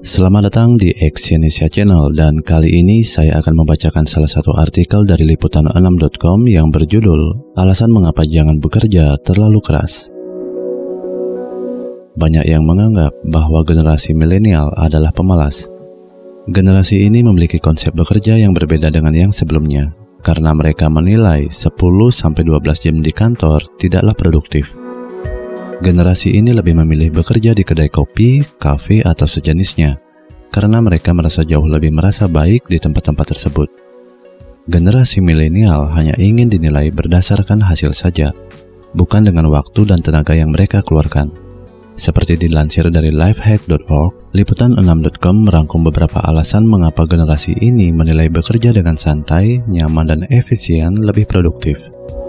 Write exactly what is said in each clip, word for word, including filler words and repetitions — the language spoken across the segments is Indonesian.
Selamat datang di Exyonesia Channel, dan kali ini saya akan membacakan salah satu artikel dari liputan enam titik com yang berjudul Alasan Mengapa Jangan Bekerja Terlalu Keras. Banyak yang menganggap bahwa generasi milenial adalah pemalas. Generasi ini memiliki konsep bekerja yang berbeda dengan yang sebelumnya, karena mereka menilai sepuluh sampai dua belas jam di kantor tidaklah produktif. Generasi ini lebih memilih bekerja di kedai kopi, kafe, atau sejenisnya, karena mereka merasa jauh lebih merasa baik di tempat-tempat tersebut. Generasi milenial hanya ingin dinilai berdasarkan hasil saja, bukan dengan waktu dan tenaga yang mereka keluarkan. Seperti dilansir dari lifehack titik org, liputan enam titik com merangkum beberapa alasan mengapa generasi ini menilai bekerja dengan santai, nyaman, dan efisien lebih produktif.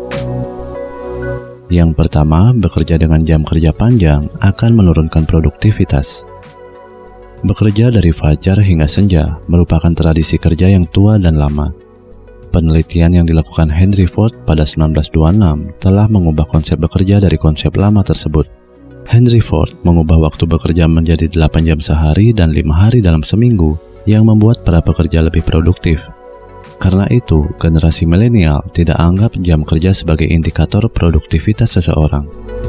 Yang pertama, bekerja dengan jam kerja panjang akan menurunkan produktivitas. Bekerja dari fajar hingga senja merupakan tradisi kerja yang tua dan lama. Penelitian yang dilakukan Henry Ford pada seribu sembilan ratus dua puluh enam telah mengubah konsep bekerja dari konsep lama tersebut. Henry Ford mengubah waktu bekerja menjadi delapan jam sehari dan lima hari dalam seminggu, yang membuat para pekerja lebih produktif. Karena itu, generasi milenial tidak anggap jam kerja sebagai indikator produktivitas seseorang.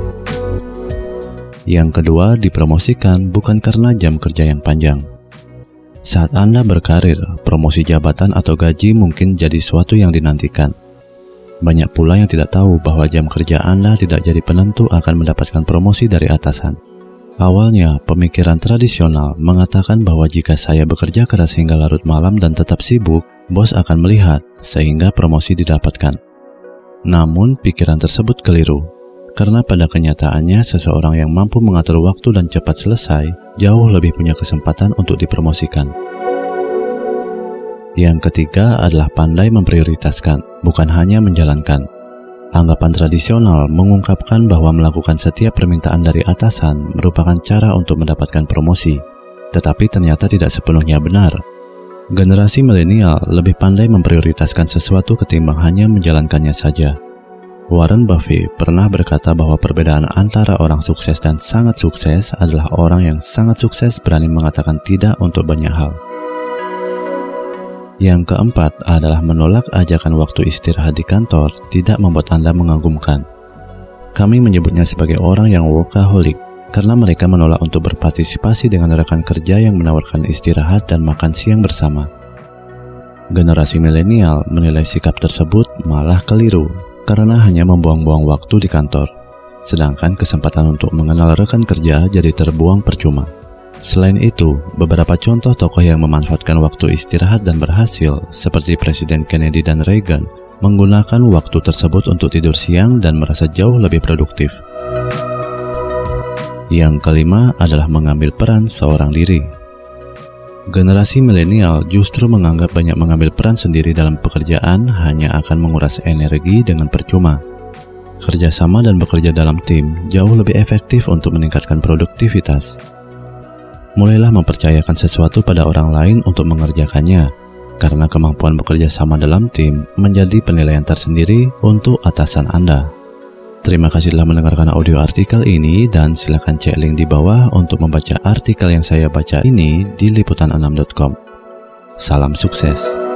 Yang kedua, dipromosikan bukan karena jam kerja yang panjang. Saat Anda berkarir, promosi jabatan atau gaji mungkin jadi suatu yang dinantikan. Banyak pula yang tidak tahu bahwa jam kerja Anda tidak jadi penentu akan mendapatkan promosi dari atasan. Awalnya, pemikiran tradisional mengatakan bahwa jika saya bekerja keras hingga larut malam dan tetap sibuk, bos akan melihat, sehingga promosi didapatkan. Namun, pikiran tersebut keliru, karena pada kenyataannya seseorang yang mampu mengatur waktu dan cepat selesai, jauh lebih punya kesempatan untuk dipromosikan. Yang ketiga adalah pandai memprioritaskan, bukan hanya menjalankan. Anggapan tradisional mengungkapkan bahwa melakukan setiap permintaan dari atasan merupakan cara untuk mendapatkan promosi, tetapi ternyata tidak sepenuhnya benar. Generasi milenial lebih pandai memprioritaskan sesuatu ketimbang hanya menjalankannya saja. Warren Buffett pernah berkata bahwa perbedaan antara orang sukses dan sangat sukses adalah orang yang sangat sukses berani mengatakan tidak untuk banyak hal. Yang keempat adalah menolak ajakan waktu istirahat di kantor tidak membuat Anda mengagumkan. Kami menyebutnya sebagai orang yang workaholic, karena mereka menolak untuk berpartisipasi dengan rekan kerja yang menawarkan istirahat dan makan siang bersama. Generasi milenial menilai sikap tersebut malah keliru, karena hanya membuang-buang waktu di kantor, sedangkan kesempatan untuk mengenal rekan kerja jadi terbuang percuma. Selain itu, beberapa contoh tokoh yang memanfaatkan waktu istirahat dan berhasil, seperti Presiden Kennedy dan Reagan, menggunakan waktu tersebut untuk tidur siang dan merasa jauh lebih produktif. Yang kelima adalah mengambil peran seorang diri. Generasi milenial justru menganggap banyak mengambil peran sendiri dalam pekerjaan hanya akan menguras energi dengan percuma. Kerjasama dan bekerja dalam tim jauh lebih efektif untuk meningkatkan produktivitas. Mulailah mempercayakan sesuatu pada orang lain untuk mengerjakannya, karena kemampuan bekerja sama dalam tim menjadi penilaian tersendiri untuk atasan Anda. Terima kasih telah mendengarkan audio artikel ini, dan silakan cek link di bawah untuk membaca artikel yang saya baca ini di liputan enam titik com. Salam sukses.